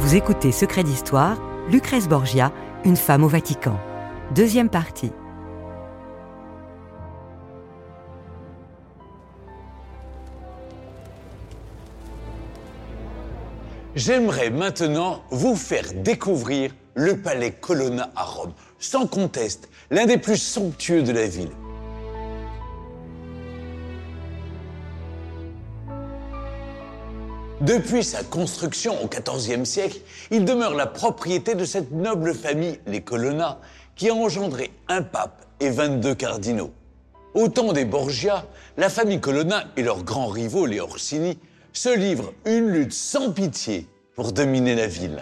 Vous écoutez Secret d'Histoire, Lucrèce Borgia, une femme au Vatican. Deuxième partie. J'aimerais maintenant vous faire découvrir le palais Colonna à Rome, sans conteste, l'un des plus somptueux de la ville. Depuis sa construction au XIVe siècle, il demeure la propriété de cette noble famille, les Colonna, qui a engendré un pape et 22 cardinaux. Au temps des Borgia, la famille Colonna et leurs grands rivaux, les Orsini, se livrent une lutte sans pitié pour dominer la ville.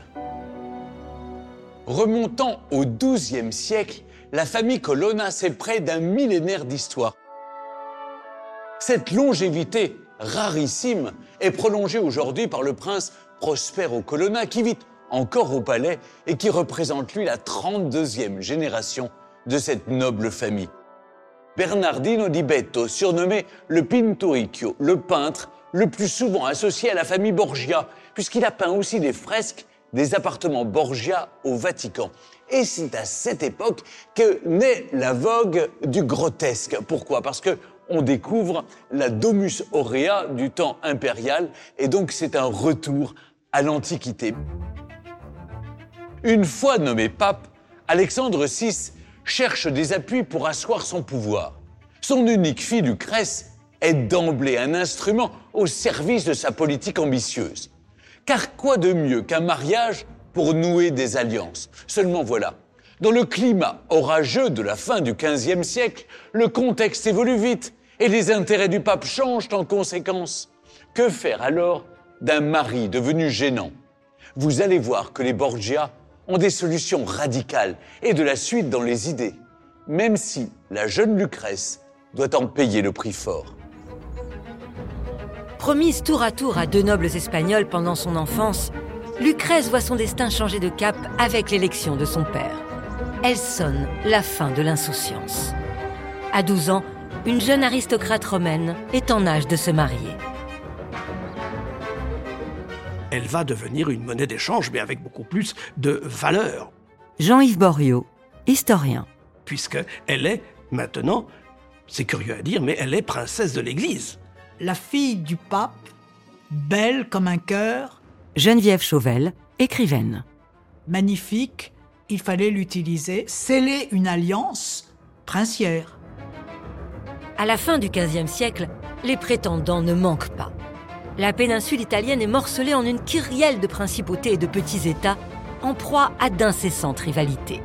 Remontant au XIIe siècle, la famille Colonna, c'est près d'un millénaire d'histoire. Cette longévité rarissime est prolongée aujourd'hui par le prince Prospero Colonna qui vit encore au palais et qui représente lui la 32e génération de cette noble famille. Bernardino di Betto, surnommé le Pinturicchio, le peintre le plus souvent associé à la famille Borgia, puisqu'il a peint aussi des fresques des appartements Borgia au Vatican. Et c'est à cette époque que naît la vogue du grotesque. Pourquoi ? Parce que on découvre la Domus Aurea du temps impérial, et donc c'est un retour à l'Antiquité. Une fois nommé pape, Alexandre VI cherche des appuis pour asseoir son pouvoir. Son unique fille, Lucrèce, est d'emblée un instrument au service de sa politique ambitieuse. Car quoi de mieux qu'un mariage pour nouer des alliances ? Seulement voilà, dans le climat orageux de la fin du XVe siècle, le contexte évolue vite et les intérêts du pape changent en conséquence. Que faire alors d'un mari devenu gênant ? Vous allez voir que les Borgia ont des solutions radicales et de la suite dans les idées, même si la jeune Lucrèce doit en payer le prix fort. Promise tour à tour à deux nobles espagnols pendant son enfance, Lucrèce voit son destin changer de cap avec l'élection de son père. Elle sonne la fin de l'insouciance. À 12 ans, une jeune aristocrate romaine est en âge de se marier. Elle va devenir une monnaie d'échange, mais avec beaucoup plus de valeur. Jean-Yves Borriaud, historien. Puisqu'elle est maintenant, c'est curieux à dire, mais elle est princesse de l'Église. La fille du pape, belle comme un cœur. Geneviève Chauvel, écrivaine. Magnifique, il fallait l'utiliser, sceller une alliance princière. À la fin du XVe siècle, les prétendants ne manquent pas. La péninsule italienne est morcelée en une kyrielle de principautés et de petits États, en proie à d'incessantes rivalités.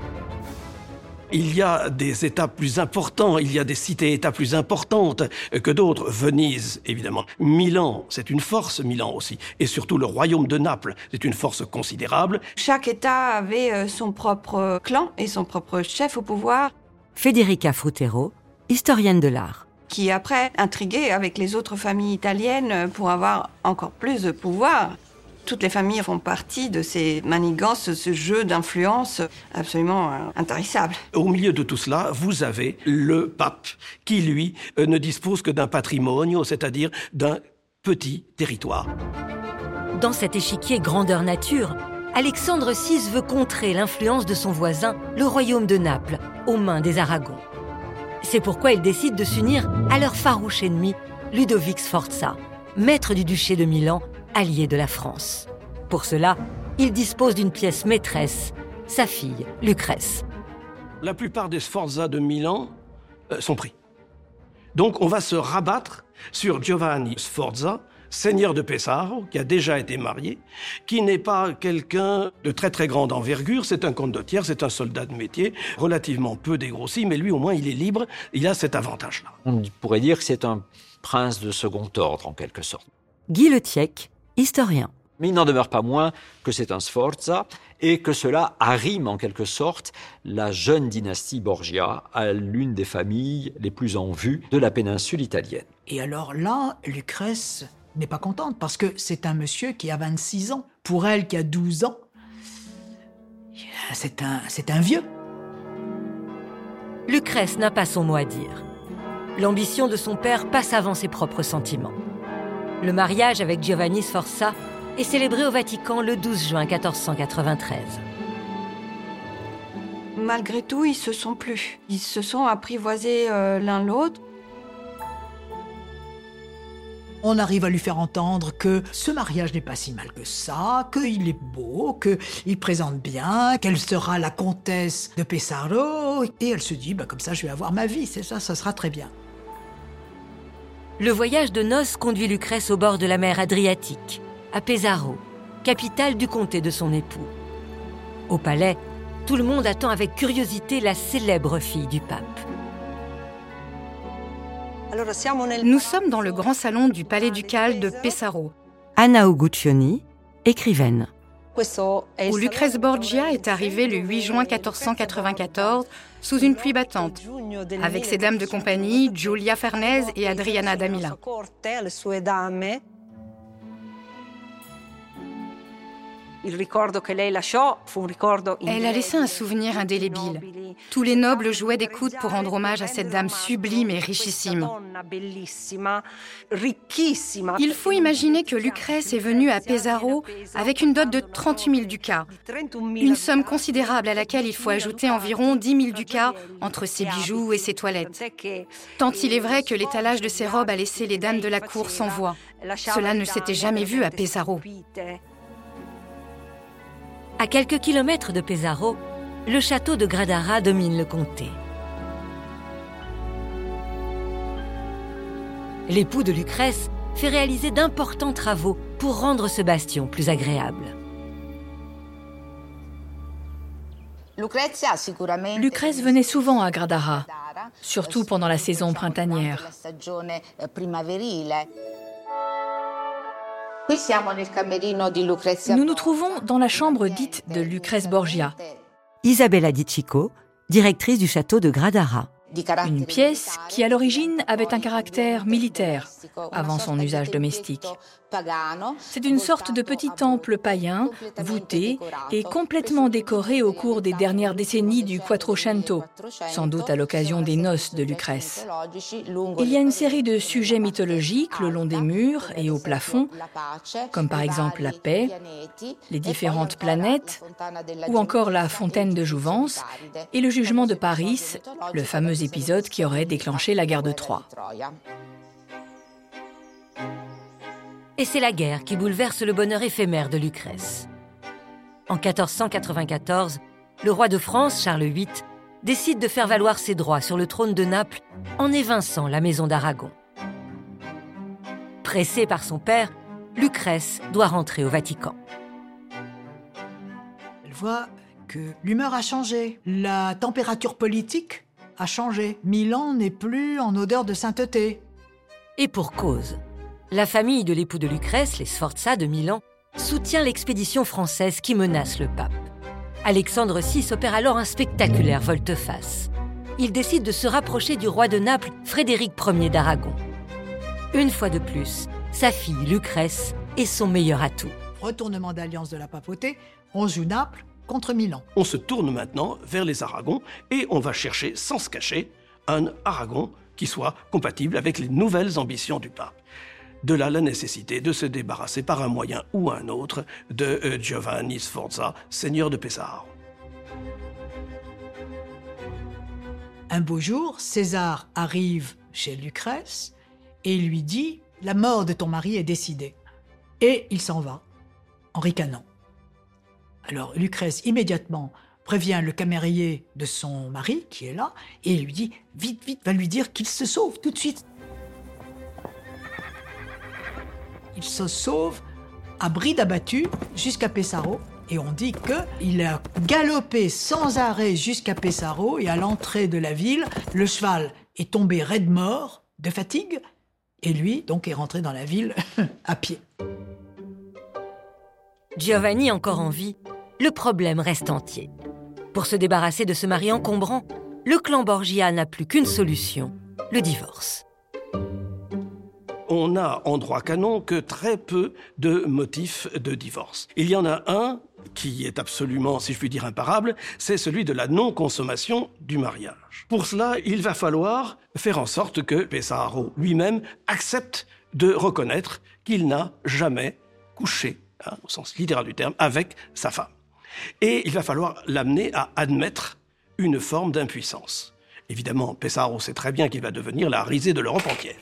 Il y a des États plus importants, il y a des cités-États plus importantes que d'autres. Venise, évidemment. Milan, c'est une force, Milan aussi. Et surtout le royaume de Naples, c'est une force considérable. Chaque État avait son propre clan et son propre chef au pouvoir. Federica Frutero, historienne de l'art. Qui après intriguait avec les autres familles italiennes pour avoir encore plus de pouvoir. Toutes les familles font partie de ces manigances, ce jeu d'influence absolument intarissable. Au milieu de tout cela, vous avez le pape qui, lui, ne dispose que d'un patrimonio, c'est-à-dire d'un petit territoire. Dans cet échiquier grandeur nature, Alexandre VI veut contrer l'influence de son voisin, le royaume de Naples, aux mains des Aragons. C'est pourquoi il décide de s'unir à leur farouche ennemi, Ludovic Sforza, maître du duché de Milan, allié de la France. Pour cela, il dispose d'une pièce maîtresse, sa fille, Lucrèce. La plupart des Sforza de Milan sont pris. Donc on va se rabattre sur Giovanni Sforza, seigneur de Pesaro, qui a déjà été marié, qui n'est pas quelqu'un de très très grande envergure, c'est un condottiere, c'est un soldat de métier, relativement peu dégrossi, mais lui au moins il est libre, il a cet avantage-là. On pourrait dire que c'est un prince de second ordre en quelque sorte. Guy Letiec, historien. Mais il n'en demeure pas moins que c'est un Sforza et que cela arrime en quelque sorte la jeune dynastie Borgia à l'une des familles les plus en vue de la péninsule italienne. Et alors là, Lucrèce n'est pas contente parce que c'est un monsieur qui a 26 ans. Pour elle qui a 12 ans, c'est un vieux. Lucrèce n'a pas son mot à dire. L'ambition de son père passe avant ses propres sentiments. Le mariage avec Giovanni Sforza est célébré au Vatican le 12 juin 1493. Malgré tout, ils se sont plu. Ils se sont apprivoisés l'un l'autre. On arrive à lui faire entendre que ce mariage n'est pas si mal que ça, qu'il est beau, qu'il présente bien, qu'elle sera la comtesse de Pesaro. Et elle se dit, comme ça je vais avoir ma vie, c'est ça, ça sera très bien. Le voyage de noces conduit Lucrèce au bord de la mer Adriatique, à Pesaro, capitale du comté de son époux. Au palais, tout le monde attend avec curiosité la célèbre fille du pape. Nous sommes dans le grand salon du palais ducal de Pesaro, Anna Uguccioni, écrivaine. où Lucrèce Borgia est arrivée le 8 juin 1494 sous une pluie battante, avec ses dames de compagnie, Giulia Farnese et Adriana Damila. Elle a laissé un souvenir indélébile. Tous les nobles jouaient des coudes pour rendre hommage à cette dame sublime et richissime. Il faut imaginer que Lucrèce est venue à Pesaro avec une dot de 38 000 ducats, une somme considérable à laquelle il faut ajouter environ 10 000 ducats entre ses bijoux et ses toilettes. Tant il est vrai que l'étalage de ses robes a laissé les dames de la cour sans voix. Cela ne s'était jamais vu à Pesaro. À quelques kilomètres de Pesaro, le château de Gradara domine le comté. L'époux de Lucrèce fait réaliser d'importants travaux pour rendre ce bastion plus agréable. Lucrèce venait souvent à Gradara, surtout pendant la saison printanière. Nous nous trouvons dans la chambre dite de Lucrèce Borgia, Isabella Di Chico, directrice du château de Gradara. une pièce qui à l'origine avait un caractère militaire avant son usage domestique. C'est une sorte de petit temple païen, voûté et complètement décoré au cours des dernières décennies du Quattrocento, sans doute à l'occasion des noces de Lucrèce. Il y a une série de sujets mythologiques le long des murs et au plafond, comme par exemple la paix, les différentes planètes, ou encore la fontaine de Jouvence et le jugement de Paris, le fameux épisode qui aurait déclenché la guerre de Troie. Et c'est la guerre qui bouleverse le bonheur éphémère de Lucrèce. En 1494, le roi de France, Charles VIII, décide de faire valoir ses droits sur le trône de Naples en évinçant la maison d'Aragon. Pressée par son père, Lucrèce doit rentrer au Vatican. Elle voit que l'humeur a changé, la température politique a changé. Milan n'est plus en odeur de sainteté. Et pour cause. La famille de l'époux de Lucrèce, les Sforza de Milan, soutient l'expédition française qui menace le pape. Alexandre VI opère alors un spectaculaire volte-face. Il décide de se rapprocher du roi de Naples, Frédéric Ier d'Aragon. Une fois de plus, sa fille Lucrèce est son meilleur atout. Retournement d'alliance de la papauté, on joue Naples contre Milan. On se tourne maintenant vers les Aragons et on va chercher, sans se cacher, un Aragon qui soit compatible avec les nouvelles ambitions du pape. De là la nécessité de se débarrasser par un moyen ou un autre de Giovanni Sforza, seigneur de Pesaro. Un beau jour, César arrive chez Lucrèce et lui dit « La mort de ton mari est décidée ». Et il s'en va, en ricanant. Alors Lucrèce immédiatement prévient le camérier de son mari, qui est là, et lui dit « Vite, vite, va lui dire qu'il se sauve tout de suite ». Il se sauve à bride abattue jusqu'à Pesaro, et on dit qu'il a galopé sans arrêt jusqu'à Pesaro, et à l'entrée de la ville, le cheval est tombé raide mort de fatigue, et lui, donc, est rentré dans la ville à pied. Giovanni encore en vie, le problème reste entier. Pour se débarrasser de ce mari encombrant, le clan Borgia n'a plus qu'une solution, le divorce. On n'a en droit canon que très peu de motifs de divorce. Il y en a un qui est absolument, si je puis dire, imparable, c'est celui de la non-consommation du mariage. Pour cela, il va falloir faire en sorte que Pesaro lui-même accepte de reconnaître qu'il n'a jamais couché au sens littéral du terme, avec sa femme. Et il va falloir l'amener à admettre une forme d'impuissance. Évidemment, Pesaro sait très bien qu'il va devenir la risée de l'Europe entière.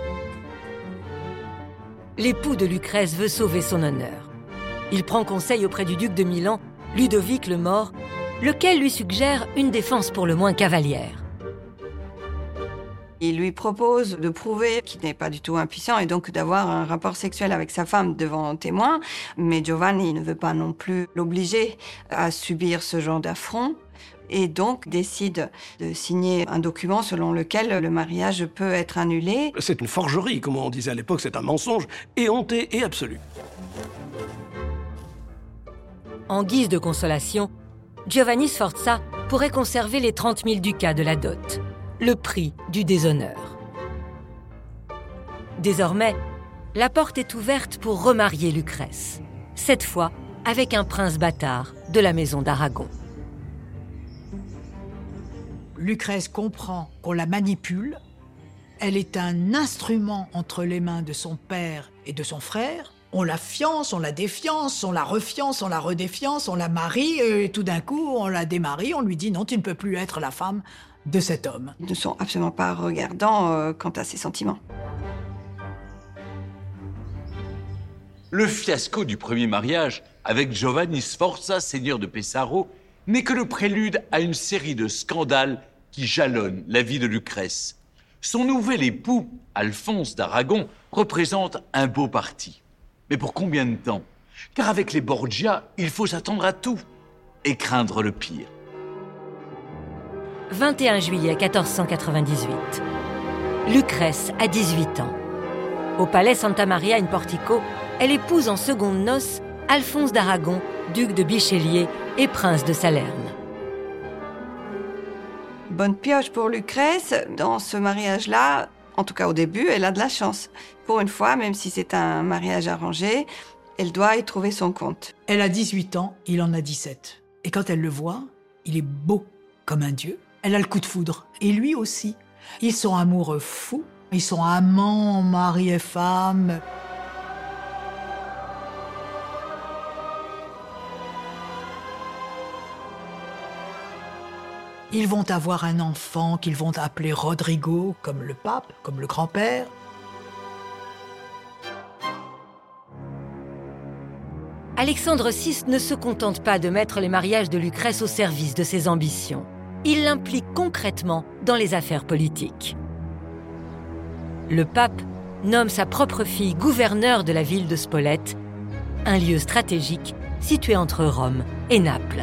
L'époux de Lucrèce veut sauver son honneur. Il prend conseil auprès du duc de Milan, Ludovic le Mort, lequel lui suggère une défense pour le moins cavalière. Il lui propose de prouver qu'il n'est pas du tout impuissant et donc d'avoir un rapport sexuel avec sa femme devant témoin. Mais Giovanni ne veut pas non plus l'obliger à subir ce genre d'affront et donc décide de signer un document selon lequel le mariage peut être annulé. C'est une forgerie, comme on disait à l'époque, c'est un mensonge éhonté et absolu. En guise de consolation, Giovanni Sforza pourrait conserver les 30 000 ducats de la dot, le prix du déshonneur. Désormais, la porte est ouverte pour remarier Lucrèce, cette fois avec un prince bâtard de la maison d'Aragon. Lucrèce comprend qu'on la manipule. Elle est un instrument entre les mains de son père et de son frère. On la fiance, on la défiance, on la refiance, on la redéfiance, on la marie, et tout d'un coup, on la démarie, on lui dit non, tu ne peux plus être la femme de cet homme. Ils ne sont absolument pas regardants quant à ses sentiments. Le fiasco du premier mariage avec Giovanni Sforza, seigneur de Pesaro, n'est que le prélude à une série de scandales qui jalonnent la vie de Lucrèce. Son nouvel époux, Alphonse d'Aragon, représente un beau parti. Mais pour combien de temps? Car avec les Borgia, il faut s'attendre à tout et craindre le pire. 21 juillet 1498. Lucrèce a 18 ans. Au palais Santa Maria in Portico, elle épouse en secondes noces Alphonse d'Aragon, duc de Bichelieu et prince de Salerne. Bonne pioche pour Lucrèce. Dans ce mariage-là, en tout cas au début, elle a de la chance. Pour une fois, même si c'est un mariage arrangé, elle doit y trouver son compte. Elle a 18 ans, il en a 17. Et quand elle le voit, il est beau comme un dieu. Elle a le coup de foudre. Et lui aussi. Ils sont amoureux fous. Ils sont amants, mari et femme. Ils vont avoir un enfant qu'ils vont appeler Rodrigo, comme le pape, comme le grand-père. Alexandre VI ne se contente pas de mettre les mariages de Lucrèce au service de ses ambitions. Il l'implique concrètement dans les affaires politiques. Le pape nomme sa propre fille gouverneure de la ville de Spolète, un lieu stratégique situé entre Rome et Naples.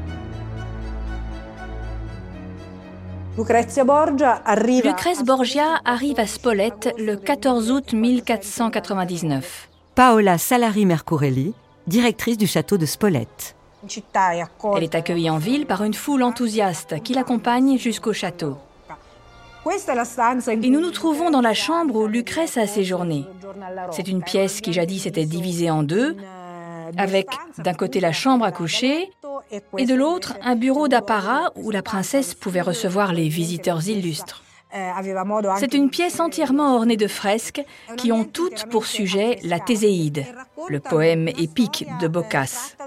Lucrèce Borgia arrive à Spolète le 14 août 1499. Paola Salari Mercurelli, directrice du château de Spolète. Elle est accueillie en ville par une foule enthousiaste qui l'accompagne jusqu'au château. Et nous nous trouvons dans la chambre où Lucrèce a séjourné. C'est une pièce qui jadis était divisée en deux, avec d'un côté la chambre à coucher et de l'autre un bureau d'apparat où la princesse pouvait recevoir les visiteurs illustres. C'est une pièce entièrement ornée de fresques qui ont toutes pour sujet la Théséide, le poème épique de Boccace.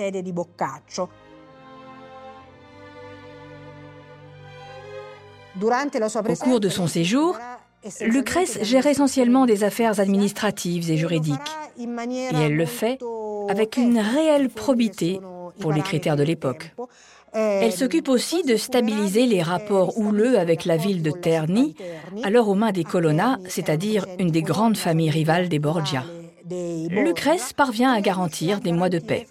Au cours de son séjour, Lucrèce gère essentiellement des affaires administratives et juridiques. Et elle le fait avec une réelle probité pour les critères de l'époque. Elle s'occupe aussi de stabiliser les rapports houleux avec la ville de Terni, alors aux mains des Colonna, c'est-à-dire une des grandes familles rivales des Borgia. Lucrèce parvient à garantir des mois de paix.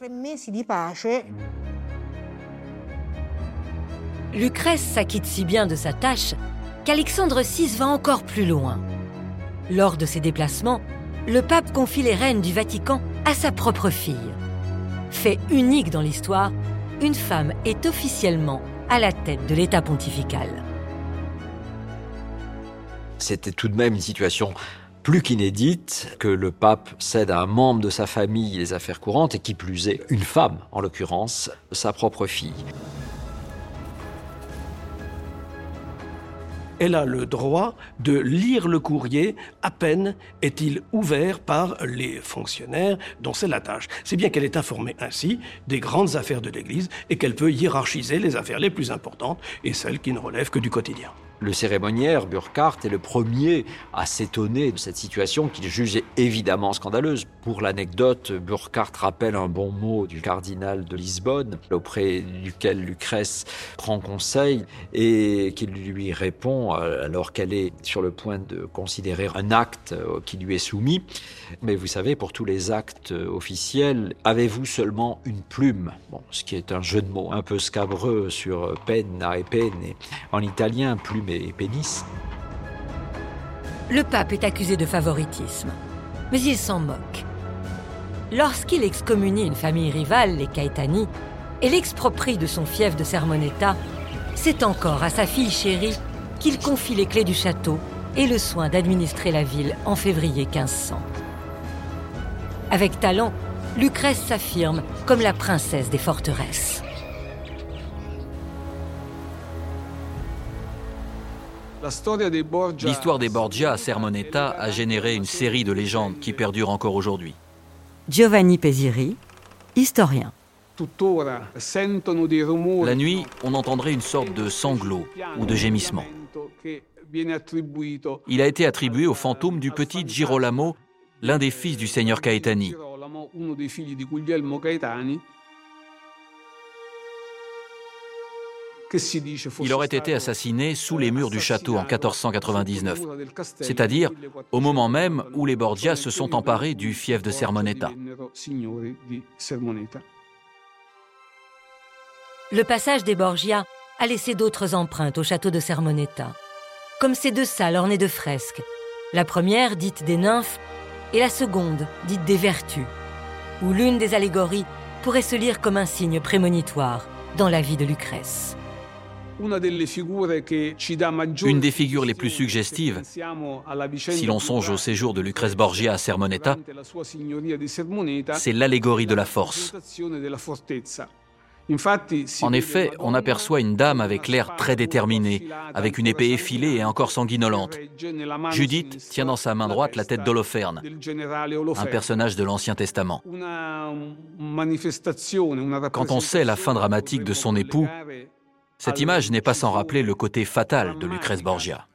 Lucrèce s'acquitte si bien de sa tâche qu'Alexandre VI va encore plus loin. Lors de ses déplacements, le pape confie les rênes du Vatican à sa propre fille. Fait unique dans l'histoire, une femme est officiellement à la tête de l'État pontifical. C'était tout de même une situation plus qu'inédite que le pape cède à un membre de sa famille les affaires courantes, et qui plus est, une femme, en l'occurrence, sa propre fille. elle a le droit de lire le courrier à peine est-il ouvert par les fonctionnaires dont c'est la tâche. C'est bien qu'elle est informée ainsi des grandes affaires de l'Église et qu'elle peut hiérarchiser les affaires les plus importantes et celles qui ne relèvent que du quotidien. Le cérémoniaire, Burckhardt, est le premier à s'étonner de cette situation qu'il juge évidemment scandaleuse. Pour l'anecdote, Burckhardt rappelle un bon mot du cardinal de Lisbonne, auprès duquel Lucrèce prend conseil et qui lui répond alors qu'elle est sur le point de considérer un acte qui lui est soumis. Mais vous savez, pour tous les actes officiels, avez-vous seulement une plume? Bon, ce qui est un jeu de mots un peu scabreux sur penna et penne, en italien, plume et pénis. Le pape est accusé de favoritisme, mais il s'en moque. Lorsqu'il excommunie une famille rivale, les Caetani, et l'exproprie de son fief de Sermoneta, c'est encore à sa fille chérie qu'il confie les clés du château et le soin d'administrer la ville en février 1500. Avec talent, Lucrèce s'affirme comme la princesse des forteresses. L'histoire des Borgia à Sermoneta a généré une série de légendes qui perdurent encore aujourd'hui. Giovanni Pesiri, historien. La nuit, on entendrait une sorte de sanglot ou de gémissement. Il a été attribué au fantôme du petit Girolamo, l'un des fils du seigneur Caetani. Il aurait été assassiné sous les murs du château en 1499, c'est-à-dire au moment même où les Borgia se sont emparés du fief de Sermoneta. Le passage des Borgia a laissé d'autres empreintes au château de Sermoneta, comme ces deux salles ornées de fresques, la première dite des nymphes et la seconde dite des vertus, où l'une des allégories pourrait se lire comme un signe prémonitoire dans la vie de Lucrèce. Une des figures les plus suggestives, si l'on songe au séjour de Lucrèce Borgia à Sermoneta, c'est l'allégorie de la force. En effet, on aperçoit une dame avec l'air très déterminé, avec une épée effilée et encore sanguinolente. Judith tient dans sa main droite la tête d'Holoferne, un personnage de l'Ancien Testament. Quand on sait la fin dramatique de son époux, cette image n'est pas sans rappeler le côté fatal de Lucrèce Borgia.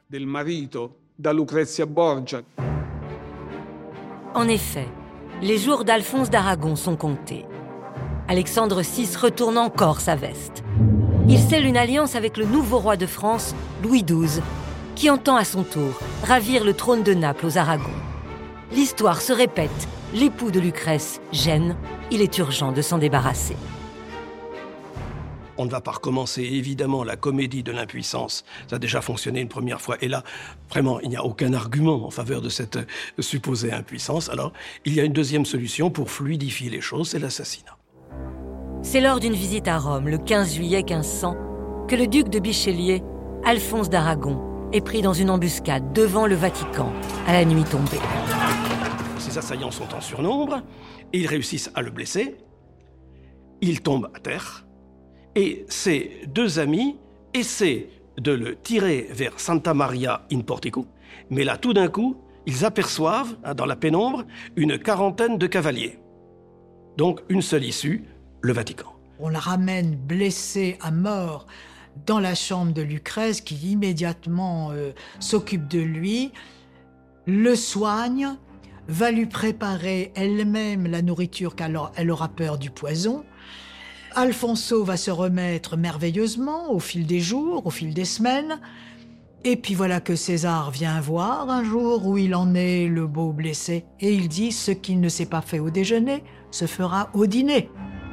En effet, les jours d'Alphonse d'Aragon sont comptés. Alexandre VI retourne encore sa veste. Il scelle une alliance avec le nouveau roi de France, Louis XII, qui entend à son tour ravir le trône de Naples aux Aragons. L'histoire se répète, l'époux de Lucrèce gêne, il est urgent de s'en débarrasser. On ne va pas recommencer, évidemment, la comédie de l'impuissance. Ça a déjà fonctionné une première fois. Et là, vraiment, il n'y a aucun argument en faveur de cette supposée impuissance. Alors, il y a une deuxième solution pour fluidifier les choses, c'est l'assassinat. C'est lors d'une visite à Rome, le 15 juillet 1500, que le duc de Bichelieu, Alphonse d'Aragon, est pris dans une embuscade devant le Vatican, à la nuit tombée. Ses assaillants sont en surnombre, et ils réussissent à le blesser. Il tombe à terre. Et ses deux amis essaient de le tirer vers Santa Maria in Portico. Mais là, tout d'un coup, ils aperçoivent, dans la pénombre, une quarantaine de cavaliers. Donc, une seule issue, le Vatican. On la ramène blessée à mort dans la chambre de Lucrèce, qui immédiatement s'occupe de lui, le soigne, va lui préparer elle-même la nourriture car elle aura peur du poison. Alfonso va se remettre merveilleusement au fil des jours, au fil des semaines. Et puis voilà que César vient voir un jour où il en est le beau blessé. Et il dit « Ce qui ne s'est pas fait au déjeuner se fera au dîner ».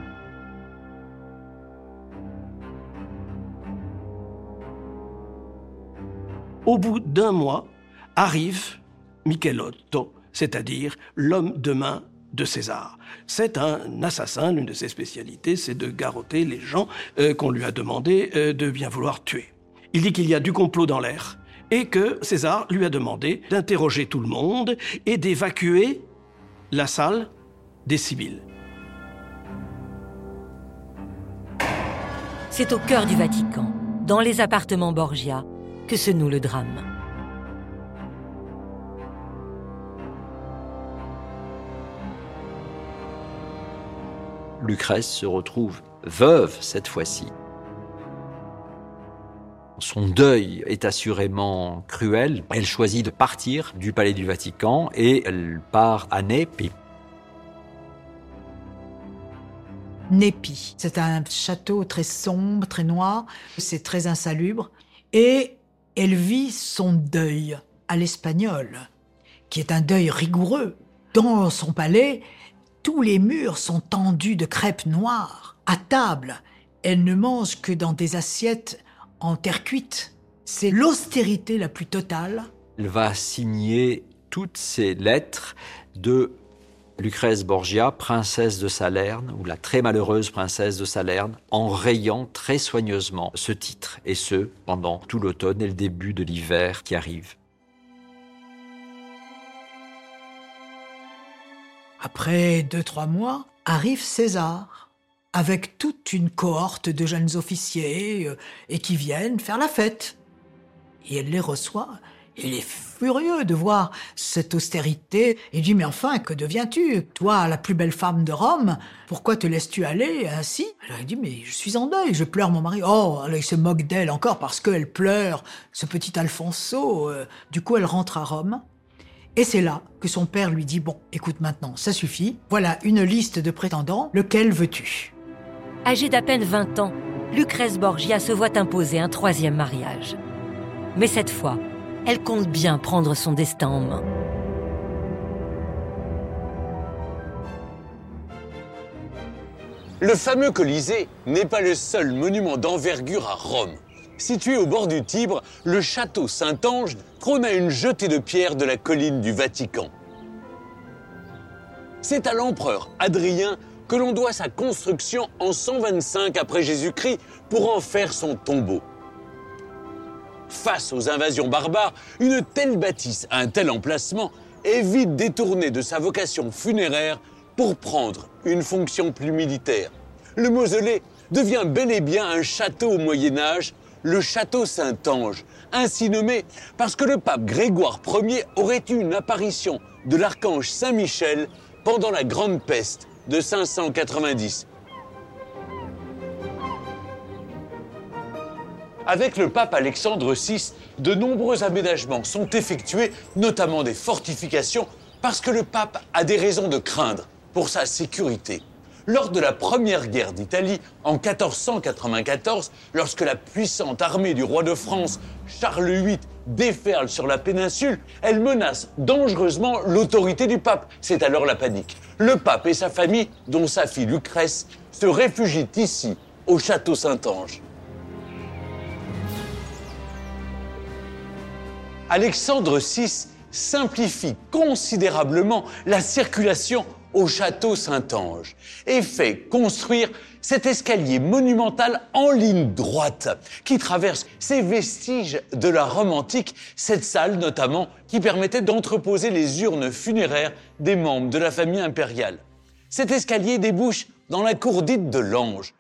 Au bout d'un mois, arrive Michelotto, c'est-à-dire l'homme de main de César. C'est un assassin, l'une de ses spécialités, c'est de garrotter les gens qu'on lui a demandé de bien vouloir tuer. Il dit qu'il y a du complot dans l'air et que César lui a demandé d'interroger tout le monde et d'évacuer la salle des Sibylles. C'est au cœur du Vatican, dans les appartements Borgia, que se noue le drame. Lucrèce se retrouve veuve cette fois-ci. Son deuil est assurément cruel. Elle choisit de partir du palais du Vatican et elle part à Nepi. Nepi, c'est un château très sombre, très noir, c'est très insalubre. Et elle vit son deuil à l'espagnol, qui est un deuil rigoureux. Dans son palais, tous les murs sont tendus de crêpes noires. À table, elle ne mange que dans des assiettes en terre cuite. C'est l'austérité la plus totale. Elle va signer toutes ses lettres de Lucrèce Borgia, princesse de Salerne, ou la très malheureuse princesse de Salerne, en rayant très soigneusement ce titre, et ce, pendant tout l'automne et le début de l'hiver qui arrive. Après 2-3 mois, arrive César, avec toute une cohorte de jeunes officiers et qui viennent faire la fête. Et elle les reçoit. Il est furieux de voir cette austérité. Il dit, mais enfin, que deviens-tu? Toi, la plus belle femme de Rome, pourquoi te laisses-tu aller ainsi? Elle dit, mais je suis en deuil, je pleure mon mari. Oh, alors il se moque d'elle encore parce qu'elle pleure, ce petit Alfonso. Du coup, elle rentre à Rome. Et c'est là que son père lui dit, bon, écoute maintenant, ça suffit. Voilà une liste de prétendants, lequel veux-tu? Âgée d'à peine 20 ans, Lucrèce Borgia se voit imposer un 3e mariage. Mais cette fois, elle compte bien prendre son destin en main. Le fameux Colisée n'est pas le seul monument d'envergure à Rome. Situé au bord du Tibre, le château Saint-Ange trône à une jetée de pierre de la colline du Vatican. C'est à l'empereur Adrien que l'on doit sa construction en 125 après Jésus-Christ pour en faire son tombeau. Face aux invasions barbares, une telle bâtisse à un tel emplacement est vite détournée de sa vocation funéraire pour prendre une fonction plus militaire. Le mausolée devient bel et bien un château au Moyen-Âge, le château Saint-Ange, ainsi nommé parce que le pape Grégoire Ier aurait eu une apparition de l'archange Saint-Michel pendant la Grande Peste de 590. Avec le pape Alexandre VI, de nombreux aménagements sont effectués, notamment des fortifications, parce que le pape a des raisons de craindre pour sa sécurité. Lors de la première guerre d'Italie, en 1494, lorsque la puissante armée du roi de France, Charles VIII, déferle sur la péninsule, elle menace dangereusement l'autorité du pape. C'est alors la panique. Le pape et sa famille, dont sa fille Lucrèce, se réfugient ici, au château Saint-Ange. Alexandre VI simplifie considérablement la circulation au château Saint-Ange et fait construire cet escalier monumental en ligne droite qui traverse ces vestiges de la Rome antique, cette salle notamment qui permettait d'entreposer les urnes funéraires des membres de la famille impériale. Cet escalier débouche dans la cour dite de l'Ange.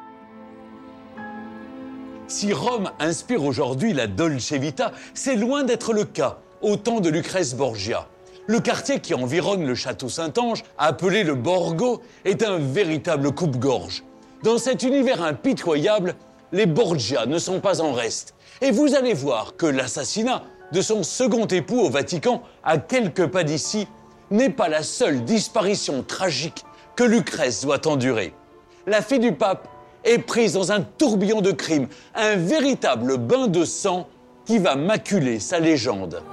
Si Rome inspire aujourd'hui la Dolce Vita, c'est loin d'être le cas au temps de Lucrèce Borgia. Le quartier qui environne le château Saint-Ange, appelé le Borgo, est un véritable coupe-gorge. Dans cet univers impitoyable, les Borgia ne sont pas en reste. Et vous allez voir que l'assassinat de son second époux au Vatican, à quelques pas d'ici, n'est pas la seule disparition tragique que Lucrèce doit endurer. La fille du pape est prise dans un tourbillon de crimes, un véritable bain de sang qui va maculer sa légende.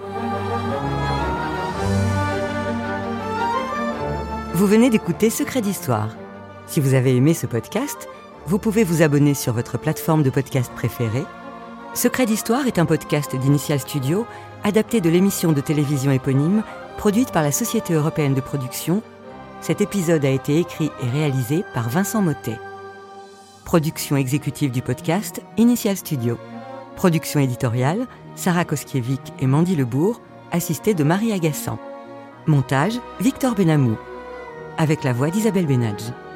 Vous venez d'écouter Secret d'Histoire. Si vous avez aimé ce podcast, vous pouvez vous abonner sur votre plateforme de podcast préférée. Secret d'Histoire est un podcast d'Initial Studio, adapté de l'émission de télévision éponyme, produite par la Société européenne de production. Cet épisode a été écrit et réalisé par Vincent Mottet. Production exécutive du podcast, Initial Studio. Production éditoriale, Sarah Koskiewicz et Mandy Lebourg, assistée de Marie Agassan. Montage, Victor Benamou. Avec la voix d'Isabelle Benadj.